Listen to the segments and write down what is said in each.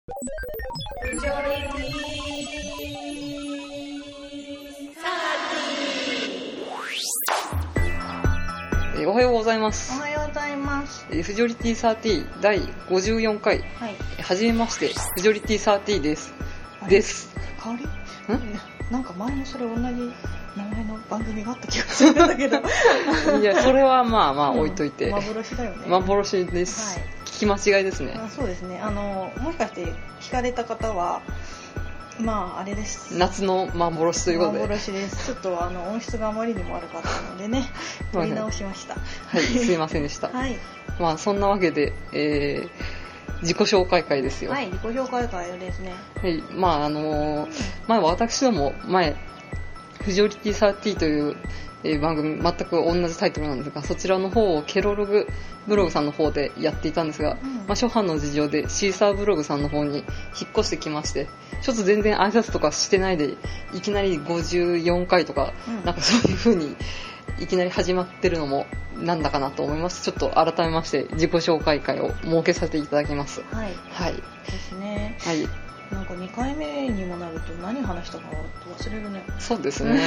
おはようございます。 おはようございます。 フジョリティ30第54回、 はい。 はじめまして、フジョリティ30です。です。 香り？なんか前もそれ同じ名前の番組があった気がするんだけど。 いや、それはまあ置いといて。 幻だよね。 幻です。はい、聞き間違いですね。 そうですね。もしかして聞かれた方は、あれです。 夏の幻ということで。 幻です。ちょっと音質があまりにも悪かったのでね、取り直しました。 はい、すいませんでした。 はい。 そんなわけで、自己紹介会ですよ。 はい、自己紹介会ですね。 はい、前私どもフジョリティ30という番組、全く同じタイトルなんですが、そちらの方をケロログブログさんの方でやっていたんですが、初版の事情でシーサーブログさんの方に引っ越してきまして、ちょっと全然挨拶とかしてないで、いきなり54回とか、なんかそういう風にいきなり始まってるのもなんだかなと思います。ちょっと改めまして自己紹介会を設けさせていただきます。 はい。 はい。 ですね。 はい。 なんか2回目にもなると何話したか忘れるね。 そうですね。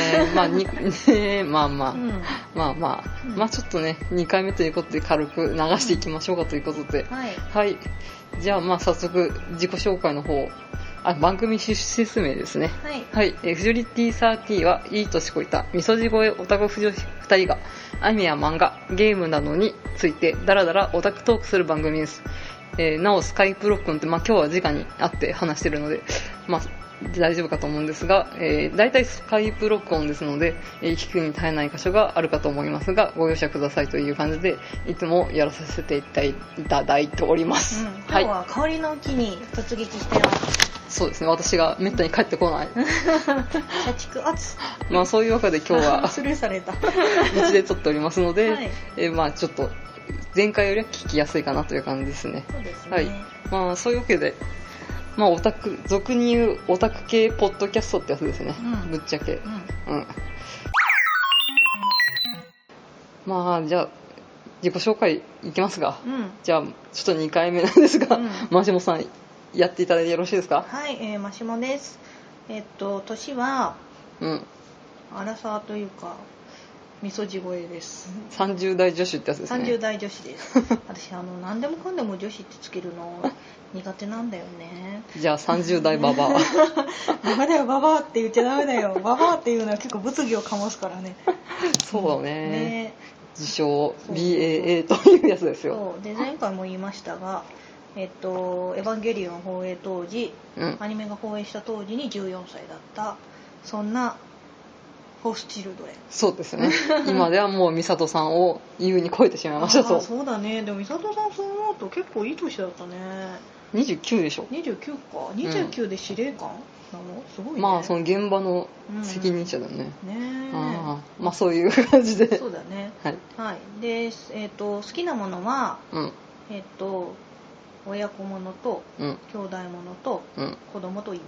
ちょっとね、2回目ということで軽く流していきましょうかということで。 はい。 はい。じゃあ早速自己紹介の方、番組説明ですね。 はい。 はい。フジョリティ30はいい年こいたみそじ声オタク婦女2人がアニメや漫画、ゲームなどについてダラダラオタクトークする番組です。なおスカイプ録音って、今日は直に会って話してるので、大丈夫かと思うんですが、大体スカイプ録音ですので、聞くに耐えない箇所があるかと思いますが、ご容赦くださいという感じで、いつもやらさせていただいております。 今日は香りの木に突撃してます。 そうですね、私がめったに帰ってこない。 社畜圧。 そういうわけで今日は、 スルーされた。 うちで撮っておりますので、 はい、 ちょっと、前回よりは聞きやすいかなという感じですね。 そうですね。 はい。そういうわけで、オタク、俗に言うオタク系ポッドキャストってやつですね。ぶっちゃけ。じゃあ、自己紹介いきますが。じゃあ、ちょっと2回目なんですが、マシモさん、やっていただいてよろしいですか？ はい、マシモです。年は、アラサーというか、みそじ声です。 30代女子ってやつですね。 30代女子です。私何でもかんでも女子ってつけるの苦手なんだよね。 じゃあ30代ババア。 ダメだよ、ババアって言っちゃダメだよ。ババアっていうのは結構物議を醸すからね。 そうだね。自称 BAA というやつですよ。 そうで、前回も言いましたが、エヴァンゲリオン放映当時、アニメが放映した当時に14歳だった、そんなホースチルドレン。 そうですね。今ではもう美里さんを優に超えてしまいましたと。 そうだね。でも美里さんそう思うと結構いい年だったね。 29でしょ。 29か。29で司令官なの？すごいね。 その現場の責任者だね。 ね。 そういう感じで。 そうだね。 はい。 はい。で、好きなものは、親子ものと、兄弟ものと、子供と犬。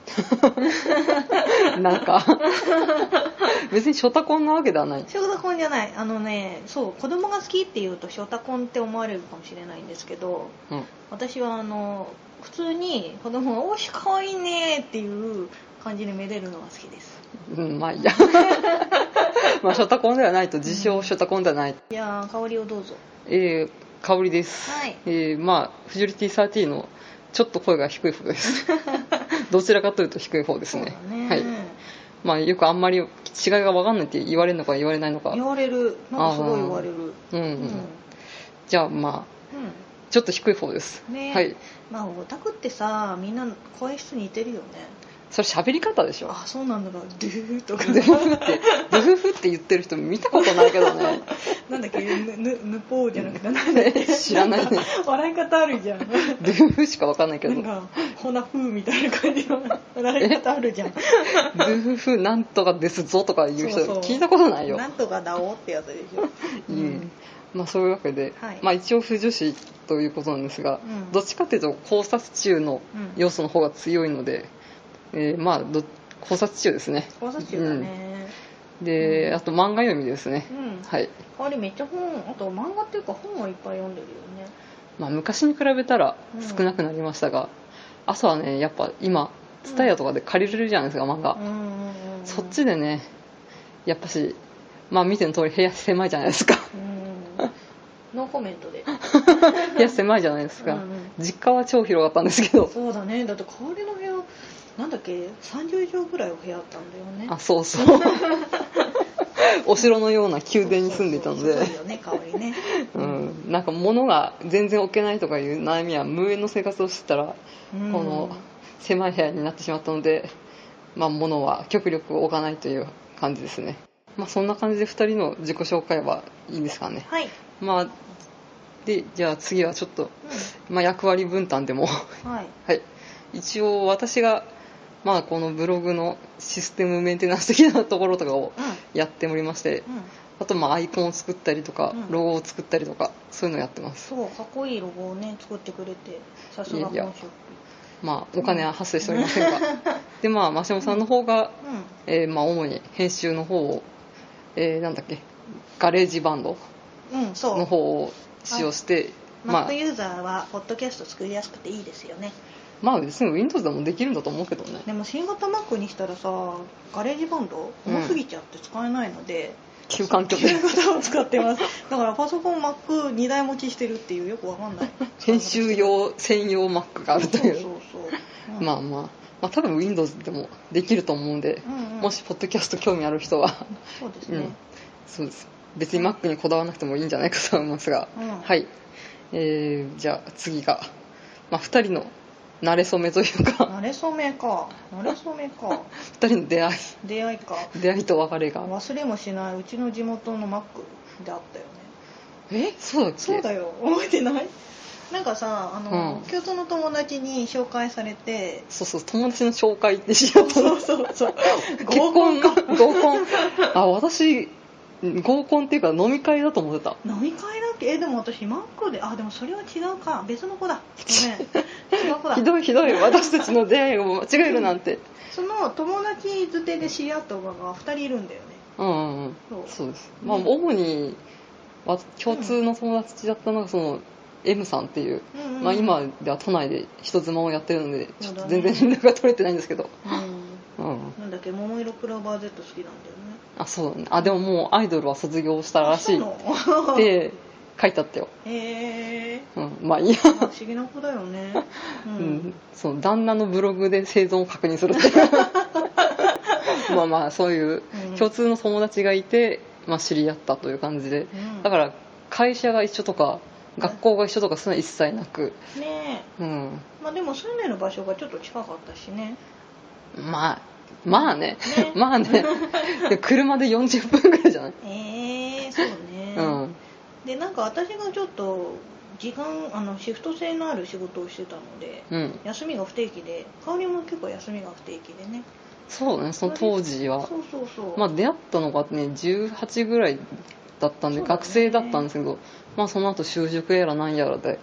なんか別にショタコンなわけではない。 ショタコンじゃない。そう、子供が好きっていうとショタコンって思われるかもしれないんですけど、私は普通に子供が「おしかわいいね」っていう感じでめでるのが好きです。 いいや。ショタコンではないと、自称ショタコンではない。 いや、香りをどうぞ。 香りです。 はい。 フジョリティ30のちょっと声が低い方です。どちらかというと低い方ですね。はい。よくあんまり違いが分かんないって言われるのか言われないのか。 言われる。なんかすごい言われる。 じゃあちょっと低い方です。 ね。 はい。 オタクってさ、みんな声質似てるよね。 それ喋り方でしょ。 そうなんだろう。ドゥーとか。 ドゥフって言ってる人見たことないけどね。 なんだっけ、ヌポーじゃなくてなんだっけ。 知らないね。 笑い方あるじゃん。 ドゥフしかわかんないけど。 なんかホナフーみたいな感じの笑い方あるじゃん。 ドゥフなんとかですぞとか言う人聞いたことないよ。 なんとかだおってやつでしょ。 そういうわけで、一応不女子ということなんですが、どっちかというと考察中の要素の方が強いので。考察中ですね。 考察中だね。 で、あと漫画読みですね。はい。 あれめっちゃあと漫画っていうか本はいっぱい読んでるよね。 昔に比べたら少なくなりましたが、 朝はねやっぱ今TSUTAYAとかで借りれるじゃないですか、漫画、そっちでねやっぱしまあ見ての通り部屋狭いじゃないですかノーコメントで部屋狭いじゃないですか、実家は超広かったんですけど。 そうだね、だって香りの部屋なんだっけ30畳ぐらいお部屋あったんだよね。 あ、そうそうお城のような宮殿に住んでいたので、 そうよね、香りねなんか物が全然置けないとかいう悩みは無縁の生活をしてたら、この狭い部屋になってしまったので、まあ物は極力置かないという感じですね。まあそんな感じで2人の自己紹介はいいですかね。 はい。 まあでじゃあ次はちょっと、まあ役割分担でもはい、 はい、一応私がまあこのブログのシステムメンテナンス的なところとかをやっておりまして、あとまあアイコンを作ったりとか、ロゴを作ったりとかそういうのをやってます。 そうかっこいいロゴをね作ってくれて、さすが本職。 まあお金は発生しておりませんが、でまあマシモさんの方が、まあ主に編集の方を、なんだっけガレージバンドの方を使用して、 Mac ユーザーはポッドキャスト作りやすくていいですよね。 まあ別に Windows でもできるんだと思うけどね。 でも新型 Mac にしたらさ、ガレージバンド重すぎちゃって使えないので、 旧環境で旧型を使ってます。だからパソコン Mac2 台持ちしてるっていうよくわかんない編集用専用 Mac があるという。 そう、 まあ多分 Windows でもできると思うんで、もしポッドキャスト興味ある人はそうですね、 そうです。別に Mac にこだわらなくてもいいんじゃないかと思いますが、はい、じゃあ次が、まあ、2人の馴れ初めというか馴れ初めか2 人の出会いと別れが忘れもしないうちの地元のマックであったよね。そうだっけ？ そうだよ、覚えてない？なんかさ共通の友達に紹介されて、 そう友達の紹介ってしようとそう結婚あ、私合コンっていうか飲み会だと思ってた。 飲み会だっけ？でも私マックで、でもそれは違うか、別の子だ、ごめん違う子だひどい私たちの出会いを間違えるなんてその友達づてで知り合った子が2人いるんだよね。 そうです。まあ主に共通の友達だったのがその M さんっていう、まあ今では都内で人妻をやってるのでちょっと全然連絡が取れてないんですけど、 なんだっけ、桃色クローバー Z 好きなんだよね。 あ、そうだね。あ、でももうアイドルは卒業したらしいって書いてあったよ。 へえ。 まあいいや。 不思議な子だよね。 そう旦那のブログで生存を確認するってまあそういう共通の友達がいて、まあ、知り合ったという感じで、だから会社が一緒とか学校が一緒とかそういうのは一切なくねえ、まあでも住んでる場所がちょっと近かったしね。 まあねで車で40分ぐらいじゃない？ そうね。でなんか私がちょっと時間シフト制のある仕事をしてたので、休みが不定期で、香りも結構休みが不定期でね。 そうね、その当時はそうまあ出会ったのがね18ぐらいだったんで、学生だったんですけど、まあその後就職やらなんやらで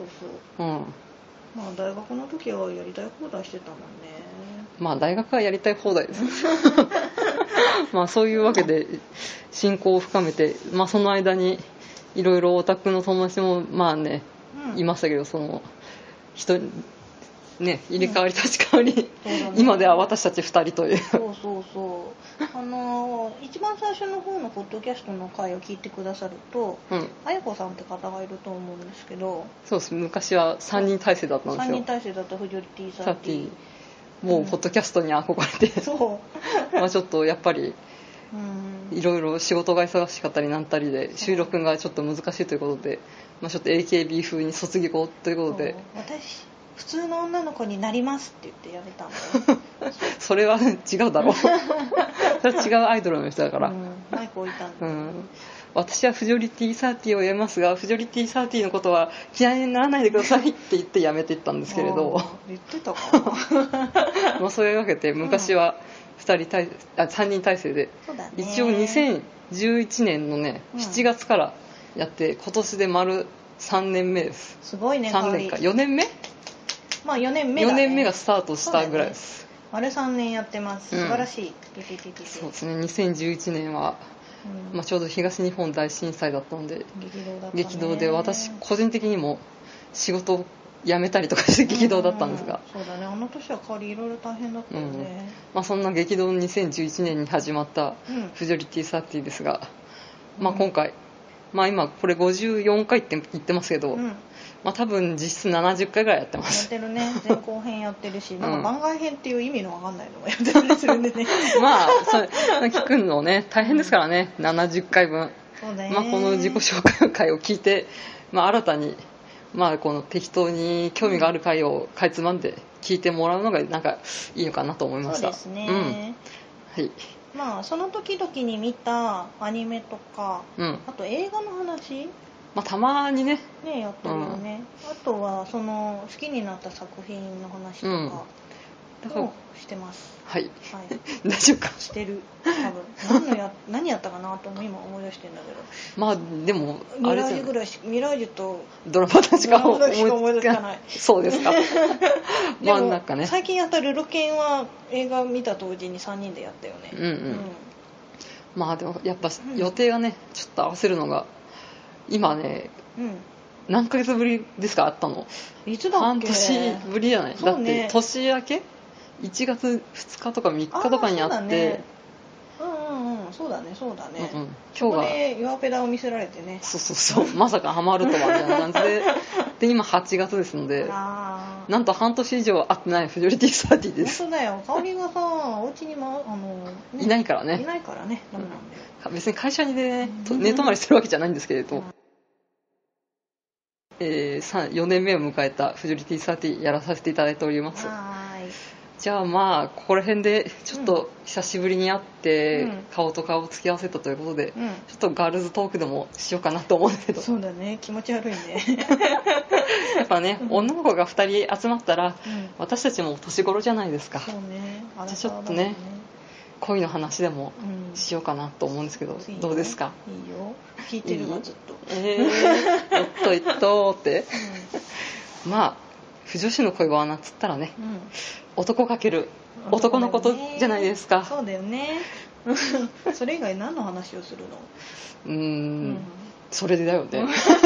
まあ大学の時はやりたい放題してたもんね。 まあ大学はやりたい放題ですまあそういうわけで親交を深めて、まあその間にいろいろオタクの友達もまあね、いましたけど、その人ね、入れ替わり立ち替わり、今では私たち2人という一番最初の方のポッドキャストの回を聞いてくださると、あやこさんって方がいると思うんですけど、 そうです。昔は3人体制だったんですよ。 3人体制だったフジョリティサーティもうポッドキャストに憧れてまあちょっとやっぱりいろいろ仕事が忙しかったりなんたりで収録がちょっと難しいということで、まあ、ちょっと AKB 風に卒業ということで、 私普通の女の子になりますって言ってやめたんだよそれは違うだろうそれは違うアイドルの人だから、 マイク置いたんだ、 私はフジョリティサーティをやめますが、フジョリティサーティのことは嫌いにならないでくださいって言ってやめていったんですけれど言ってたかなまあそういうわけで昔は3人体制で、一応2011年のね7月からやって今年で丸3年目です。 すごいね。 3年か4年目まあ4年目だね。 4年目がスタートしたぐらいです。 丸3年やってます。素晴らしい。 そうですね。2011年は、まあ、ちょうど東日本大震災だったので激動で、私個人的にも仕事辞めたりとかして激動だったんですが、 そうだね、あの年は代わりいろいろ大変だったよね。 そんな激動の2011年に始まったフジョリティサーティですが、今回、今これ54回って言ってますけど、多分実質70回ぐらいやってます。 やってるね、前後編やってるし、なんか番外編っていう意味のわかんないのもやってたりするんでね。 それ聞くのね大変ですからね、70回分。 そうだね。 この自己紹介会を聞いて、新たにこの適当に興味がある回をかいつまんで聞いてもらうのがなんかいいのかなと思いました。 そうですね。 はい。 その時々に見たアニメとか、あと映画の話、 たまにねやってるよね。あとはその好きになった作品の話とかをしてます。 はい。大丈夫か。 してる。多分何やったかなと今思い出してんだけど。でもミラージュぐらいミラージュとドラマたちが思い出かない。 そうですか。 なんかね。最近やったルロケンは映画見た当時に3人でやったよね。 でもやっぱ予定がねちょっと合わせるのが今ね。何ヶ月ぶりですか、あったの。 いつだっけ。 半年ぶりじゃない。だって年明け1月2日とか3日とかにあって、 そうだね。 今日が弱ペダを見せられてね。 そうまさかハマるとはみたいな感じで今8月ですので、なんと半年以上会ってないフジョリティサーティです。 本当だよ。香りがさお家にいないからね。 ダメなんだよ。 別に会社にね寝泊まりするわけじゃないんですけれど。4年目を迎えたフジョリティサーティやらさせていただいております。じゃあここら辺でちょっと久しぶりに会って、顔と顔を突き合わせたということで、ちょっとガールズトークでもしようかなと思うんだけど。 そうだね、気持ち悪いね。 やっぱね、女の子が2人集まったら、私たちも年頃じゃないですか。 そうね。 じゃあちょっとね恋の話でもしようかなと思うんですけど、どうですか。 いいよ、聞いてるわずっと。 おっとって、不女子の恋バナっつったらね、男かける男のことじゃないですか。 そうだよね。それ以外何の話をするの。 それでだよね。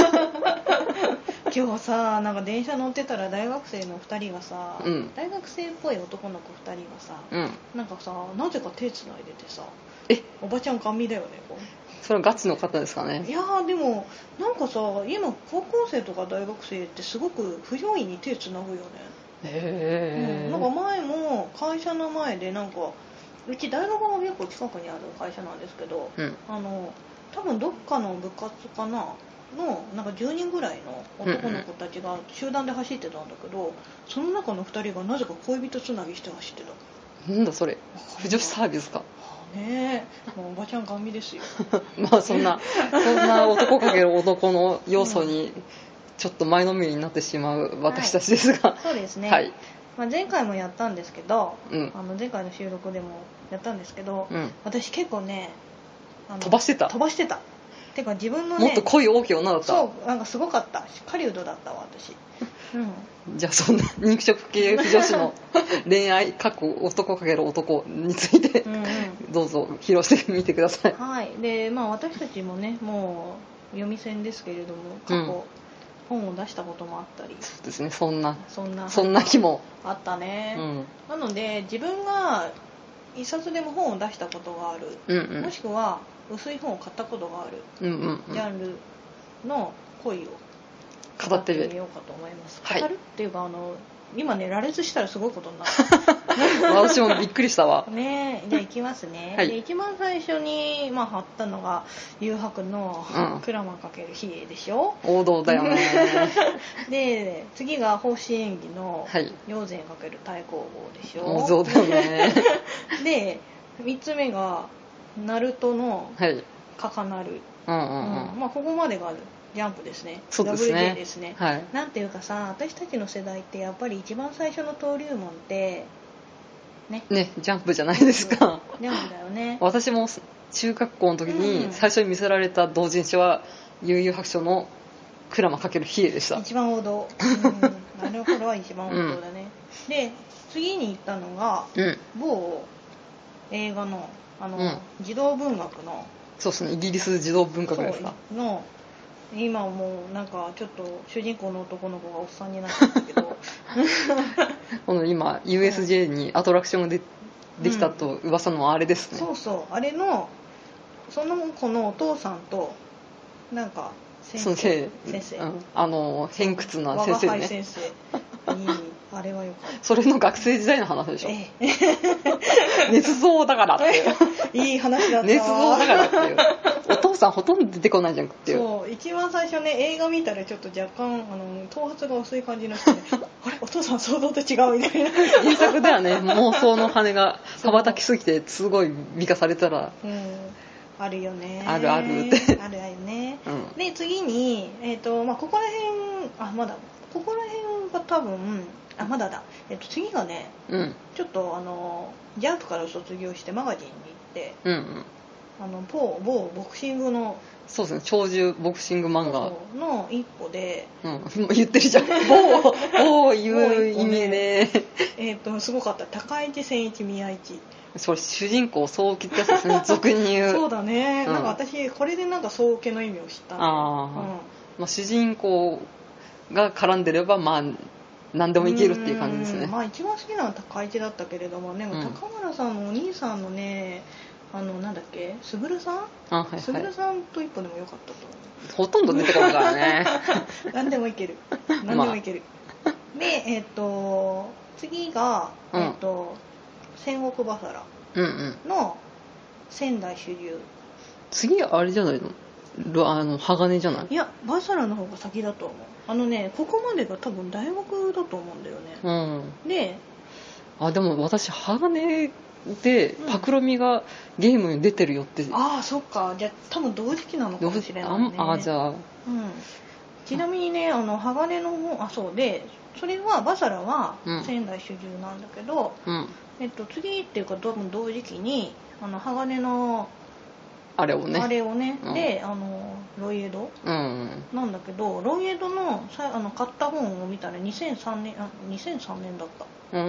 今日さ、なんか電車乗ってたら大学生の2人がさ、大学生っぽい男の子2人がさ、なんかさ、なぜか手つないでてさ、おばちゃん髪だよね。 それはガチの方ですかね。 いやでもなんかさ、今高校生とか大学生ってすごく不用意に手つなぐよね。なんか前も会社の前でなんか、うち大学が結構近くにある会社なんですけど、多分どっかの部活かなのなんか10人ぐらいの男の子たちが集団で走ってたんだけど、その中の2人がなぜか恋人つなぎして走ってた。 なんだそれ、不女子サービスか。 ねえ、もうおばちゃん髪ですよ。 そんな男かける男の要素にちょっと前のめりになってしまう私たちですが、 そうですね。前回もやったんですけど、前回の収録でもやったんですけど、私結構ね飛ばしてた。 てか自分のね、 もっと恋大きい女だった。 そうなんかすごかった。狩人だったわ私。 じゃあそんな肉食系不女子の恋愛男かける男についてどうぞ披露してみてください。 はい。で私たちもねもう読み戦ですけれども過去、本を出したこともあったり。 そうですね。そんな日もあったね。なので自分が一冊でも本を出したことがある、もしくは薄い本を買ったことがある、ジャンルの恋を語ってみようかと思います。語るっていうか今ね羅列したらすごいことになる。 私もびっくりしたわ。 ね、じゃあいきますね。で一番最初に貼ったのが誘白のクラマ×比叡でしょ。 王道だよね。 で次が方針演技の陽禅×太公望でしょ。 王道だよね。 で3つ目がナルトのカカナル。ここまでがジャンプですね。 そうですね。 WJ ですね。なんていうかさ、私たちの世代ってやっぱり一番最初の登竜門ってねジャンプじゃないですか。 ジャンプだよね。 私も中学校の時に最初に見せられた同人誌は悠々白書のクラマ×比叡でした。 一番王道。なるほどは一番王道だね。で次に行ったのが、某映画の児童文学のそうですね、イギリス児童文学ですかの今はもうなんかちょっと主人公の男の子がおっさんになってるけどこの今 USJ にアトラクションができたと噂のあれですね、 そうそうあれのその子のお父さんとなんか先生、 偏屈な先生ね、 我が輩先生にあれはよかったそれの学生時代の話でしょ、捏造だからっていい話だった捏造だからっていうお父さんほとんど出てこないじゃんっていう。 そう一番最初ね映画見たらちょっと若干頭髪が薄い感じの人であれお父さん想像と違うみたいな原作ではね妄想の羽が羽ばたきすぎてすごい美化されたら、 あるよねあるあるってあるよね、で次にここら辺まだここら辺が多分まだだ、次がね、ちょっとジャンプから卒業してマガジンに行って、某ボクシングのそうですね長寿ボクシング漫画の一歩で、 言ってるじゃん某いう意味ねすごかった高市千一宮一それ主人公総受けってやつですね俗に言うそうだね、なんか私これでなんか総受けの意味を知った主人公が絡んでればまあ何でもいけるっていう感じですね。 一番好きなのは高市だったけれどもね、高村さんのお兄さんのねなんだっけすぐるさんすぐるさんと一歩でもよかったと思う。 ほとんど出てこないからね何でもいける何でもいける、で次が戦国バサラの仙台主流、 次あれじゃないの鋼じゃない？ いやバサラの方が先だと思う。ここまでが多分大学だと思うんだよね、ででも私鋼でパクロミがゲームに出てるよって、 そっかじゃあ多分同時期なのかもしれないね。 じゃあ、 ちなみにね鋼の方そうでそれはバサラは仙台主流なんだけど、次っていうか多分同時期に鋼のあれをねでロイエドなんだけど、ロイエドの買った本を見たら2003年だった。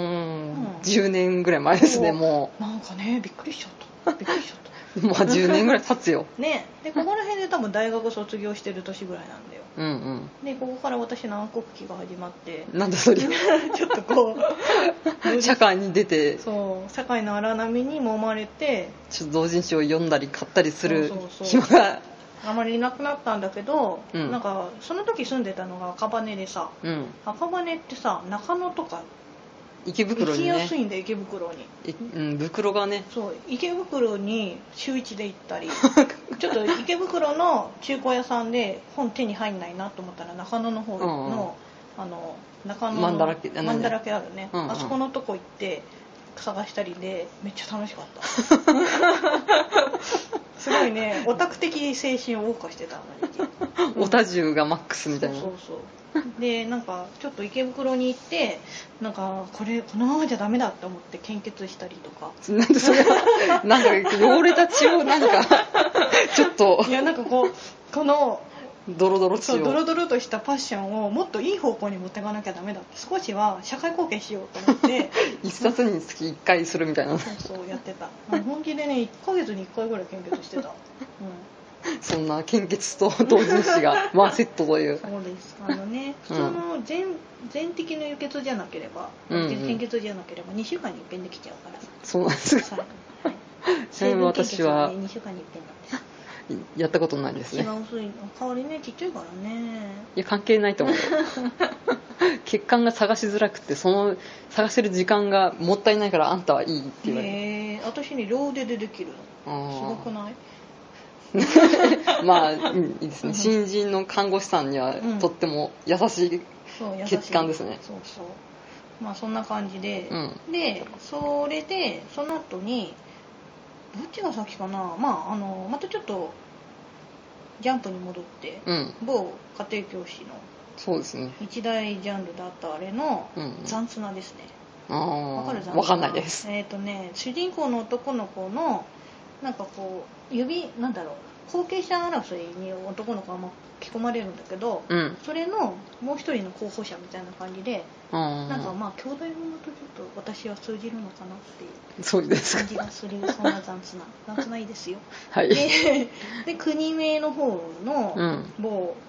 10年ぐらい前ですね。もうなんかねびっくりしちゃったもう10年ぐらい経つよね。でここら辺で多分大学卒業してる年ぐらいなんだよ。でここから私の暗黒期が始まって、 なんだそれちょっとこう社会に出て、 そう社会の荒波に揉まれてちょっと同人誌を読んだり買ったりする暇があまりいなくなったんだけど、なんかその時住んでたのが赤羽でさ、赤羽ってさ中野とか池袋にね行きやすいんだよ。池袋に袋がね、 そう池袋に週1で行ったりちょっと池袋の中古屋さんで本手に入んないなと思ったら中野の方の中野のマンだらけあるね、あそこのとこ行って探したりでめっちゃ楽しかったすごいねオタク的精神を謳歌してたオタ重がマックスみたいな。 そうでなんかちょっと池袋に行ってなんかこのままじゃダメだって思って献血したりとか。 なんでそれなんか汚れた血をなんかちょっといやなんかこのドロドロドロドロとしたパッションをもっといい方向に持っていかなきゃダメだって、少しは社会貢献しようと思って一冊につき1回するみたいな。 そうやってた。本気でね1ヶ月に1回ぐらい献血してた。 そんな献血と同人誌がワンセットという。 そうです。普通の全的な輸血じゃなければ、献血じゃなければ2週間に1遍できちゃうから。 そうなんですか。ちなみに私は 2週間に1遍なんです。 やったことないですね。 血が薄いの代わりねちっちゃいからね。 いや関係ないと思う血管が探しづらくてその探してる時間がもったいないからあんたはいいって言われて。 私ね両腕でできるの。すごくない？ まあいいですね。新人の看護師さんにはとっても優しい血管ですね。 そうまあそんな感じで、でそれでその後にどっちが先かな、またちょっとジャンプに戻って、某家庭教師のそうですね一大ジャンルだったあれの残綱ですね。わかる？ わかんないです。 主人公の男の子のなんかこうなんだろう後継者争いに男の子が巻き込まれるんだけど、それのもう一人の候補者みたいな感じで、なんか兄弟ものとちょっと私は通じるのかなっていう感じがする。そんな残綱いいですよ。 はい。 で国名の方の某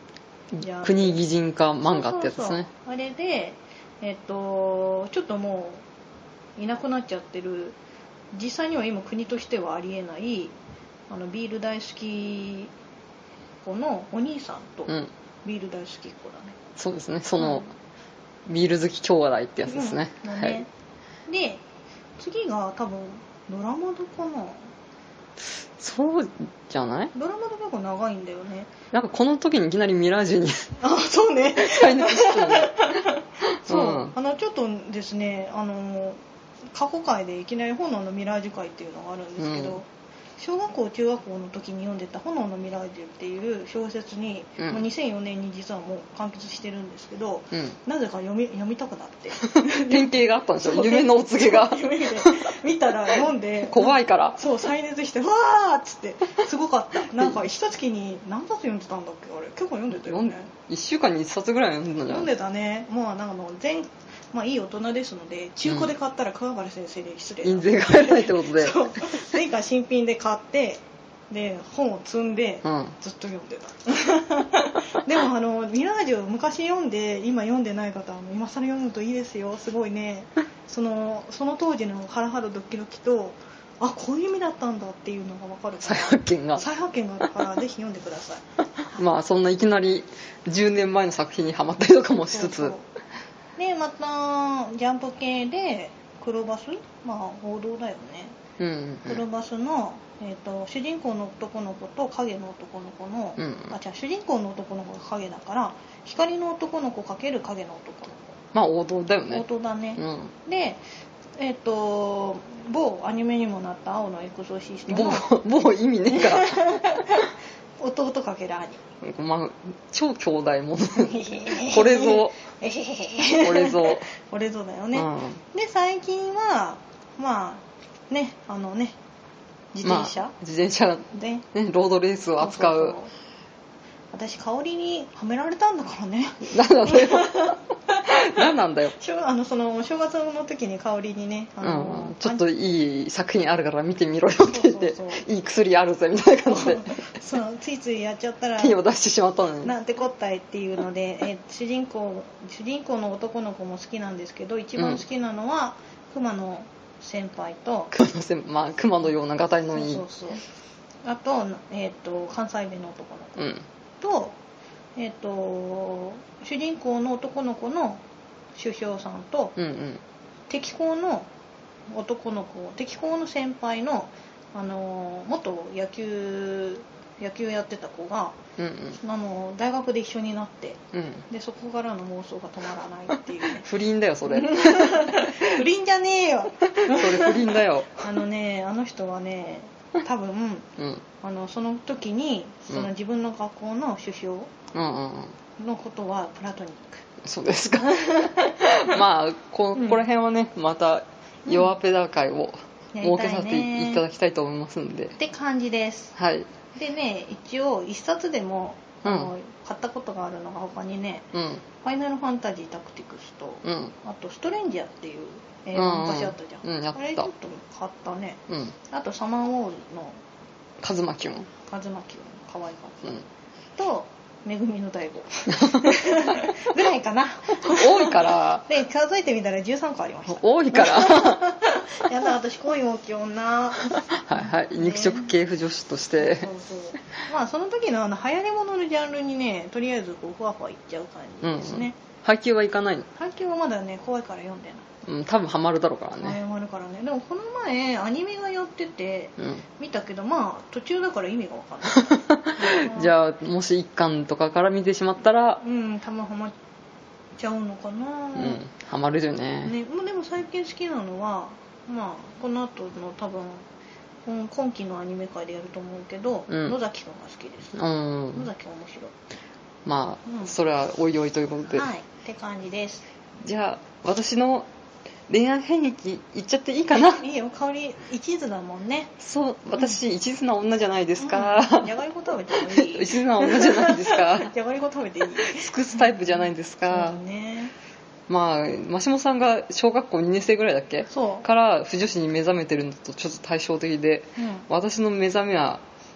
国擬人化漫画ってやつですね。 そうあれでちょっともういなくなっちゃってる、実際には今国としてはありえないビール大好き子のお兄さんとビール大好き子だね、 そうですね、その、ビール好き兄弟ってやつですね、 ね、 はい。 で次が多分ドラマドかな。 そうじゃない？ ドラマド結構長いんだよね。 なんかこの時にいきなりミラージュにそうね再熱したねそう、ちょっとですね過去回でいきなり炎のミラージュ回っていうのがあるんですけど、小学校中学校の時に読んでた炎のミラージュっていう小説に、もう2004年に実はもう完結してるんですけど、なぜか読みたくなって典型があったんですよ、夢のお告げが。 夢で見たら読んで怖いから、 そう再熱してわーっつってすごかった。なんか一月に何冊読んでたんだっけ、あれ結構読んでたよね。 1週間に1冊ぐらい読んでたんじゃない？ 読んでたね。もうなんかまあいい大人ですので、中古で買ったら桑原先生で失礼、 印税が入らないってことで、 そう前回新品で買ってで本を積んで、ずっと読んでたでもミラージュ昔読んで今読んでない方は今更読むといいですよ。すごいね、その当時のハラハラドキドキと、あ、こういう意味だったんだっていうのが分かるから、再発見があるからぜひ読んでくださいまあそんないきなり10年前の作品にハマったりとかもしつつ、 でまたジャンプ系で黒バス、まあ王道だよね、黒バスの、主人公の男の子と影の男の子の、主人公の男の子が影だから光の男の子×影の男の子、 まあ王道だよね。 王道だね、で某アニメにもなった青のエクソシストの某意味ねえから弟×兄、 まあ、超兄弟もこれぞこれぞだよね、で最近はまあね自転車で、ね、ロードレースを扱う、 そう私香りにはめられたんだからね。 何なんだよその正月の時に香りにね、 ちょっといい作品あるから見てみろよって言っていい薬あるぜみたいな感じでそうついついやっちゃったら手を出してしまったのになんてこったいっていうので、主人公の男の子も好きなんですけど、一番好きなのは熊野先輩と熊のようながたいのいい、 そうあと、関西弁の男の子、と、主人公の男の子の首相さんと、敵校の男の子、敵校の先輩の、元野球やってた子が、大学で一緒になって、でそこからの妄想が止まらないっていう、ね、 不倫だよそれ不倫じゃねえよそれ不倫だよあの人はね多分、その時にその自分の学校の首相のことはプラトニック、 そうですかまあここら辺はねまた弱ペダ会を設けさせていただきたいと思いますんで、 って感じです。 はいでね、一応一冊でも買ったことがあるのが他にね、ファイナルファンタジータクティクスと、あとストレンジャーっていう映画昔あったじゃん、あれちょっと買ったね、あとサマーウォールのカズマキュン可愛かった、とめぐみの大悟ぐらいかな多いからで数えてみたら13個ありました。 多いからやだ私恋大きい女はい肉食系婦女子としてそうまあその時の流行り物のジャンルにねとりあえずこうふわふわいっちゃう感じですね、 配給はいかないの？ 配給はまだね怖いから読んでない。 多分ハマるだろうからね。 ハマるからね。でもこの前アニメがやってて、見たけどまあ途中だから意味が分かんないじゃあもし一巻とかから見てしまったら多分ハマっちゃうのかな。 ハマるよね。 でも最近好きなのはまあこの後の多分今期のアニメ界でやると思うけど、野崎くんが好きです。野崎面白い。 まあ、それはおいおいということで。 はいって感じです。 じゃあ私の恋愛遍歴言っちゃっていいかな。 いいよ、香り一途だもんね。 そう、私一途な女じゃないですか。 じゃがりこ食べてもいい。 一途な女じゃないですか。 じゃがりこ食べていい。 尽くすタイプじゃないですか。 そうね。 まあマシモさんが小学校2年生ぐらいだっけ？から腐女子に目覚めてるのとちょっと対照的で、私の目覚めは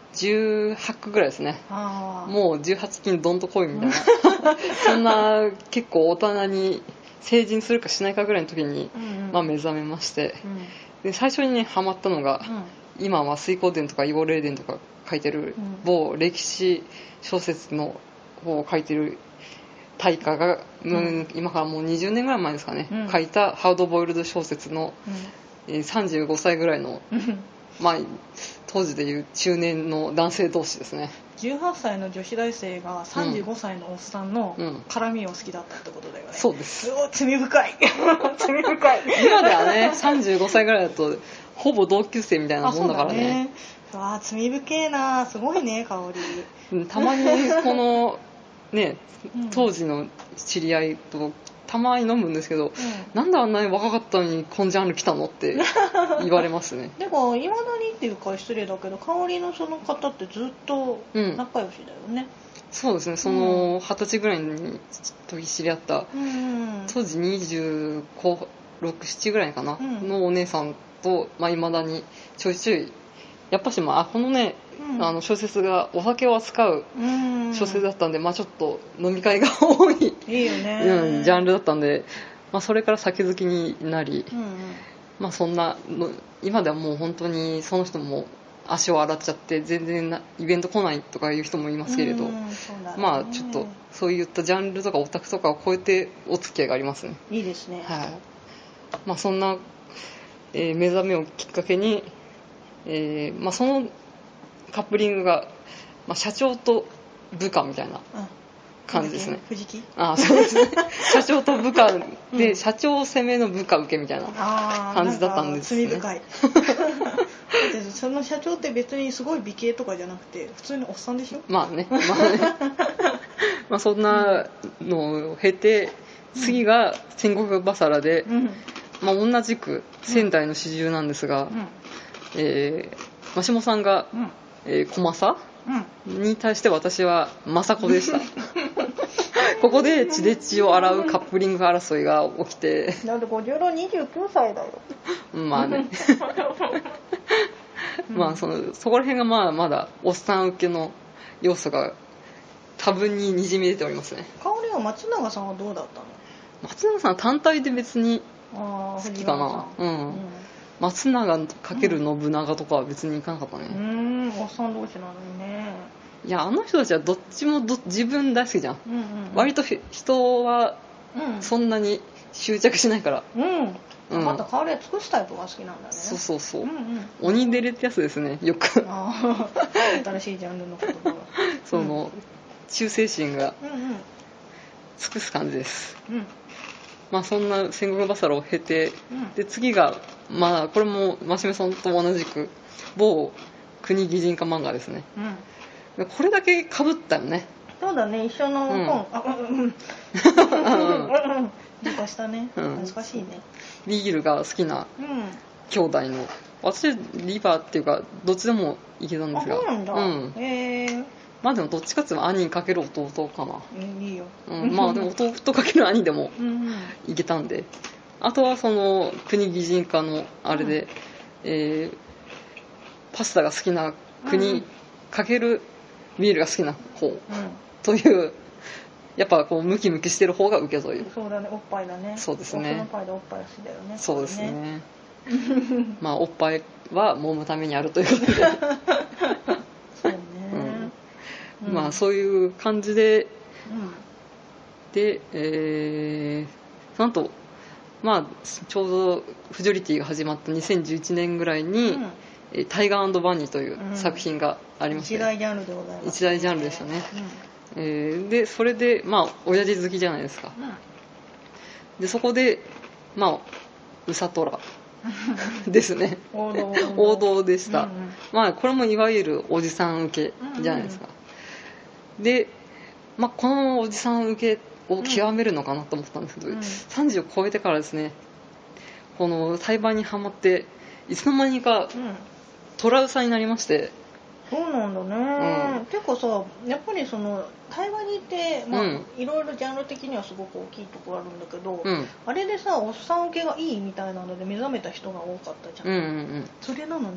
18区ぐらいですね。もう18金どんと来いみたいなそんな結構大人に成人するかしないかぐらいの時に、目覚めまして、で最初にねハマったのが、今は水光伝とか囲碁霊伝とか書いてる某歴史小説の方を書いてる大家が、今からもう20年ぐらい前ですかね、書いたハードボイルド小説の、35歳ぐらいの、当時でいう中年の男性同士ですね。 18歳の女子大生が35歳のおっさんの絡みを好きだったってことだよね。 そうです。 罪深い罪深い。 今ではね35歳ぐらいだとほぼ同級生みたいなもんだからね。 罪深いな。すごいね香り。たまにこのね当時の知り合いとたまに飲むんですけど、なんであんなに若かったのにこんジャンル来たのって言われますねでもいまだにっていうか失礼だけど香りのその方ってずっと仲良しだよね。 そうですね。その20歳ぐらいに時知り合った、当時26、7ぐらいかな、のお姉さんといまだにちょいちょいやっぱしこのね、小説がお酒を扱う小説だったんで、ちょっと飲み会が多いいいよね、 ジャンルだったんで、それから酒好きになり、そんなの今ではもう本当にその人も足を洗っちゃって全然イベント来ないとかいう人もいますけれど、ちょっとそういったジャンルとかオタクとかを超えてお付き合いがありますね。 いいですね。 そんな、目覚めをきっかけに、そのカップリングが、社長と部下みたいな感じですね。 藤木？ そうですね。社長と部下で、社長攻めの部下受けみたいな感じだったんですね。 罪深い。その社長って別にすごい美形とかじゃなくて普通のおっさんでしょ。 そんなのを経て、次が戦国バサラで、同じく仙台の始終なんですが、マシモさんが、小政、に対して私は政子でしたここで血で血を洗うカップリング争いが起きて、 なんで50の29歳だよそこら辺がまだおっさん受けの要素が多分ににじみ出ておりますね。 香りは松永さんはどうだったの？ 松永さんは単体で別に好きかな。松永×信長とかは別にいかなかったね。 おっさん同士なのにね。 いや、あの人たちはどっちも自分大好きじゃん。割と人はそんなに執着しないから。 また香りは尽くすタイプが好きなんだね。 そう、鬼デレってやつですね、よく新しいジャンルの言葉がその忠誠心が尽くす感じです。そんな戦国バサラを経て、で次がこれもマシメさんと同じく某国擬人化漫画ですね。これだけ被ったよね。 そうだね、一緒の本。理解したね。難しいね。 ビールが好きな兄弟の、私リバーっていうかどっちでもいけたんですが。 そうなんだ。 でもどっちかっていうと兄にかける弟かな。 いいよ。 でも弟かける兄でもいけたんで、あとはその国擬人化のあれで、パスタが好きな国かけるビールが好きな方という、やっぱこうムキムキしてる方が受けという。 そうだね、おっぱいだね。 そうですね。 おっぱいでおっぱい好きだよね。 そうですね。おっぱいは揉むためにあるということでそうね。 そういう感じで、で、なんとちょうどフジョリティが始まった2011年ぐらいに、タイガー&バニーという作品がありまして、 一大ジャンルでございます。 一大ジャンルでしたね。でそれで親父好きじゃないですか。でそこでウサトラですね。王道でした。これもいわゆるおじさん受けじゃないですか。でこのおじさん受けを極めるのかなと思ったんですけど、30を超えてからですね、この対バンにハマっていつの間にかトラウサになりまして。 そうなんだね。結構さ、やっぱりその対話にっていろいろジャンル的にはすごく大きいところあるんだけど、あれでさおっさん受けがいいみたいなので目覚めた人が多かったじゃん。それなのに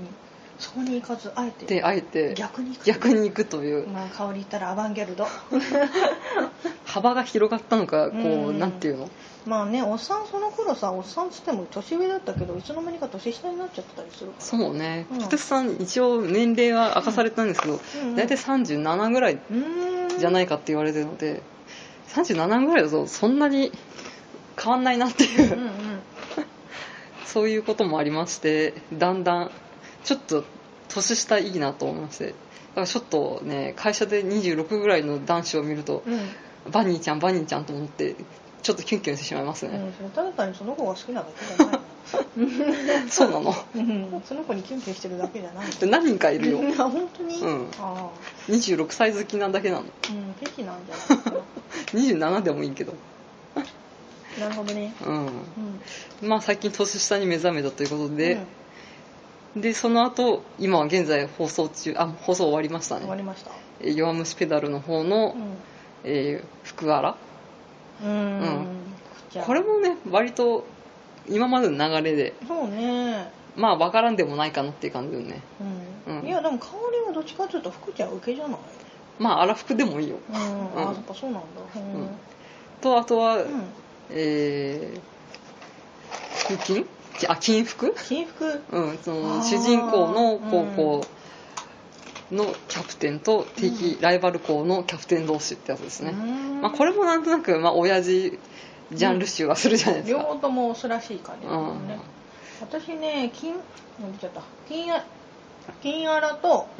そこに行かずあえて逆に行くという、 まあ、香り言ったらアバンギャルド幅が広がったのかこう、なんていうの、 まあね、おっさんその頃さ、おっさんっつっても年上だったけどいつの間にか年下になっちゃってたりするから。 そうね、ポテトさん一応年齢は明かされたんですけど、大体37ぐらいじゃないかって言われてるので、37ぐらいだとそんなに変わんないなっていう、そういうこともありまして、だんだんちょっと年下いいなと思いまして、だからちょっとね、会社で26ぐらいの男子を見ると、バニーちゃんと思ってちょっとキュンキュンしてしまいますね。 ただ単にその子が好きなだけじゃないそうなの、 その子にキュンキュンしてるだけじゃない何人かいるよ本当に、 26歳好きなだけなの。 フェチなんじゃないかな 27でもいいけどなるほどね。 まあ最近年下に目覚めたということで、でその後今は現在放送終わりましたね。 終わりました。 弱虫ペダルの方の、福原、これもね割と今までの流れで、 そうね、 まあ分からんでもないかなっていう感じだよね。 いやでも香りはどっちかというと福ちゃん受けじゃない。 まあ荒福でもいいよ。 やっぱそうなんだ。 とあとは、金福、その主人公の高校のキャプテンと敵ライバル校のキャプテン同士ってやつですね。まあ、これもなんとなく、まあ、親父ジャンル集がするじゃないですか。 両方ともオスらしい感じだね。私ね、金アラ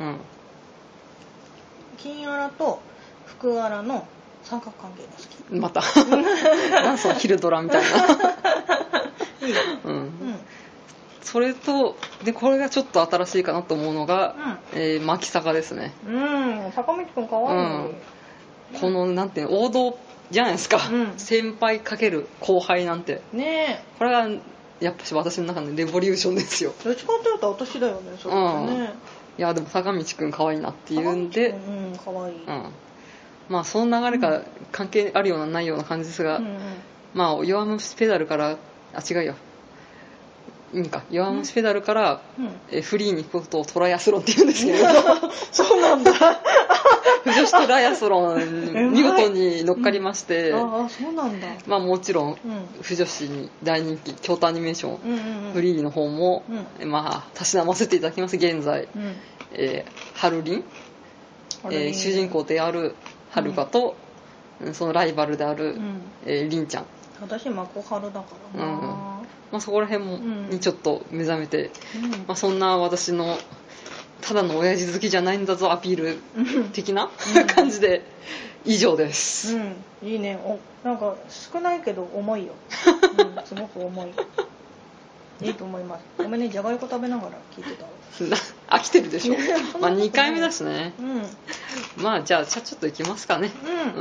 と福原の三角関係が好き。 またなんそのヒルドラみたいな。 いいよ。 それとでこれがちょっと新しいかなと思うのが、牧坂ですね。 坂道くんかわいい。 このなんて王道じゃないですか。先輩かける後輩なんて。ね。これがやっぱし私の中でレボリューションですよ。 どっちかというと私だよね。それね。 いやでも坂道くん可愛いなっていうんで。 可愛い。 まあその流れが関係あるようなないような感じですが、まあ弱虫ペダルから違うよ。弱虫ペダルから、フリーに行くことをトライアスロンって言うんですけどそうなんだ不女子トライアスロン見事に乗っかりまして、 そうなんだ。 まあもちろん、不女子に大人気京都アニメーション、フリーの方も、まあたしなませていただきます。現在、ハルリン、主人公であるはるかと、そのライバルである、りんちゃん。 私マコハルだからな。 まあ、そこら辺にちょっと目覚めて、まあ、そんな私のただの親父好きじゃないんだぞアピール的な感じで以上です。 いいね。なんか少ないけど重いよ。すごく重い。いいと思います。ごめんね、じゃがりこ食べながら聞いてた。 飽きてるでしょ。まあ2回目だしね。まあじゃあちょっといきますかね。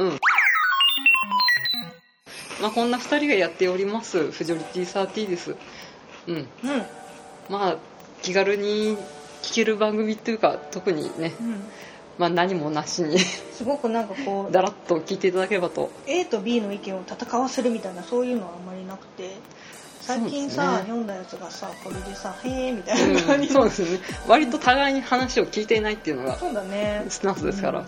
まあ、こんな2人がやっておりますフジョリティ30です。まあ気軽に聞ける番組っていうか特にね、まあ何もなしにすごくなんかこうだらっと聞いていただければと。 A と B の意見を戦わせるみたいなそういうのはあんまりなくて、最近さ、読んだやつがさこれでさへえみたいな感じ、 そうですね。割と互いに話を聞いていないっていうのがそうだねスタンスですから。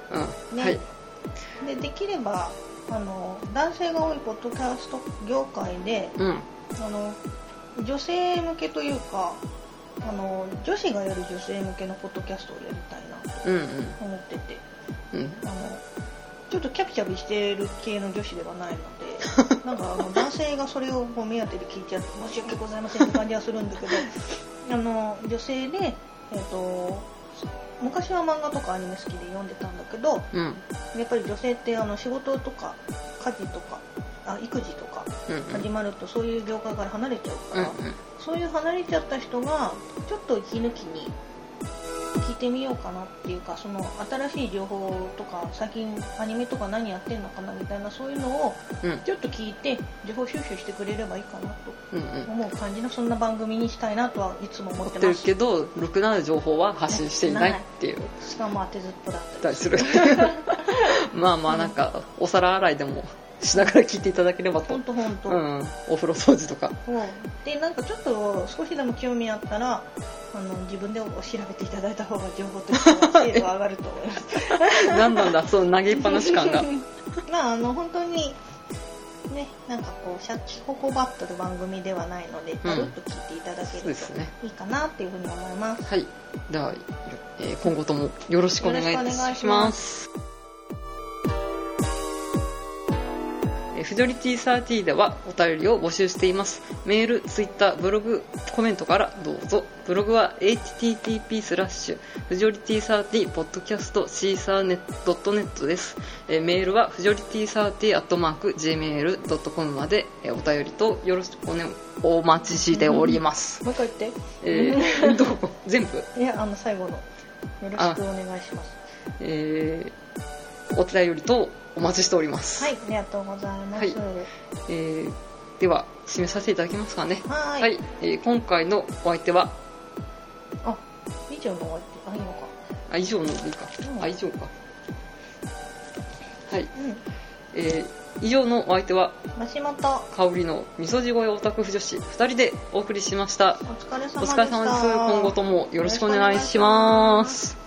でできれば男性が多いポッドキャスト業界で、女性向けというか女子がやる女性向けのポッドキャストをやりたいなと思ってて、ちょっとキャピキャピしてる系の女子ではないのでなんか男性がそれをこう目当てで聞いちゃって申し訳ございませんって感じはするんだけど女性で昔は漫画とかアニメ好きで読んでたんだけど、やっぱり女性って仕事とか家事とか育児とか始まるとそういう業界から離れちゃうから、そういう離れちゃった人がちょっと息抜きに聞いてみようかなっていうか、その新しい情報とか最近アニメとか何やってんのかなみたいなそういうのをちょっと聞いて情報収集してくれればいいかなと思う感じのそんな番組にしたいなとはいつも思ってます。 けどろくな情報は発信していないっていう、 しかも当てずっぽだったりするまあまあなんかお皿洗いでもしながら聞いていただければと。 ほんと、 お風呂掃除とかでなんかちょっと少しでも興味あったら自分で調べていただいた方が情報としては精度上がると思います何なんだその投げっぱなし感がまあ本当にね、なんかこうシャキホコバットの番組ではないので、まるっと聞いていただけるといいかなっていうふうに思います。 はい、では、今後ともよろしくお願いいたします。フジョリティ30ではお便りを募集しています。メール、ツイッター、ブログ、コメントからどうぞ。ブログは http:fujority30podcast.caesar.net です。メールは fujority30@gmail.com までお便りとよろしくお待ちしております。 もう一回言って。 全部？ いや、最後のよろしくお願いします。 お便りとお待ちしております。 はい、ありがとうございます。はい、 では締めさせていただきますかね。 はい、 今回のお相手は以上のお相手、いいのか。 以上のでいいか。以上か。はい。以上のお相手は増本香りのみそじ声オタク婦女子2人でお送りしました。 お疲れ様でした。 お疲れ様です。今後ともよろしくお願いします。